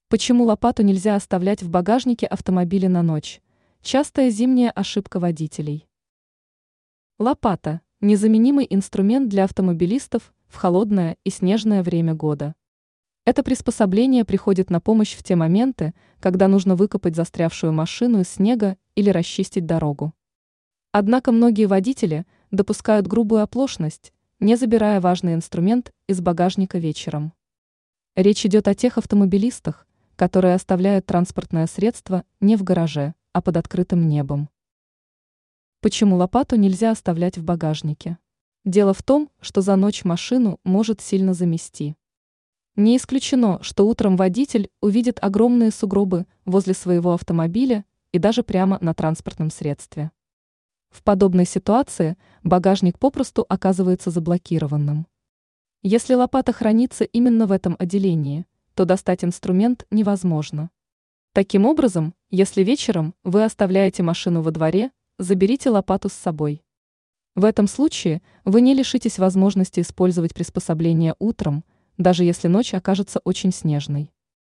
Почему лопату нельзя оставлять в багажнике автомобиля на ночь? Частая зимняя ошибка водителей. Лопата – незаменимый инструмент для автомобилистов в холодное и снежное время года. Это приспособление приходит на помощь в те моменты, когда нужно выкопать застрявшую машину из снега или расчистить дорогу. Однако многие водители допускают грубую оплошность, не забирая важный инструмент из багажника вечером. Речь идет о тех автомобилистах, которые оставляют транспортное средство не в гараже, а под открытым небом. Почему лопату нельзя оставлять в багажнике? Дело в том, что за ночь машину может сильно замести. Не исключено, что утром водитель увидит огромные сугробы возле своего автомобиля и даже прямо на транспортном средстве. В подобной ситуации багажник попросту оказывается заблокированным. Если лопата хранится именно в этом отделении, то достать инструмент невозможно. Таким образом, если вечером вы оставляете машину во дворе, заберите лопату с собой. В этом случае вы не лишитесь возможности использовать приспособление утром, даже если ночь окажется очень снежной.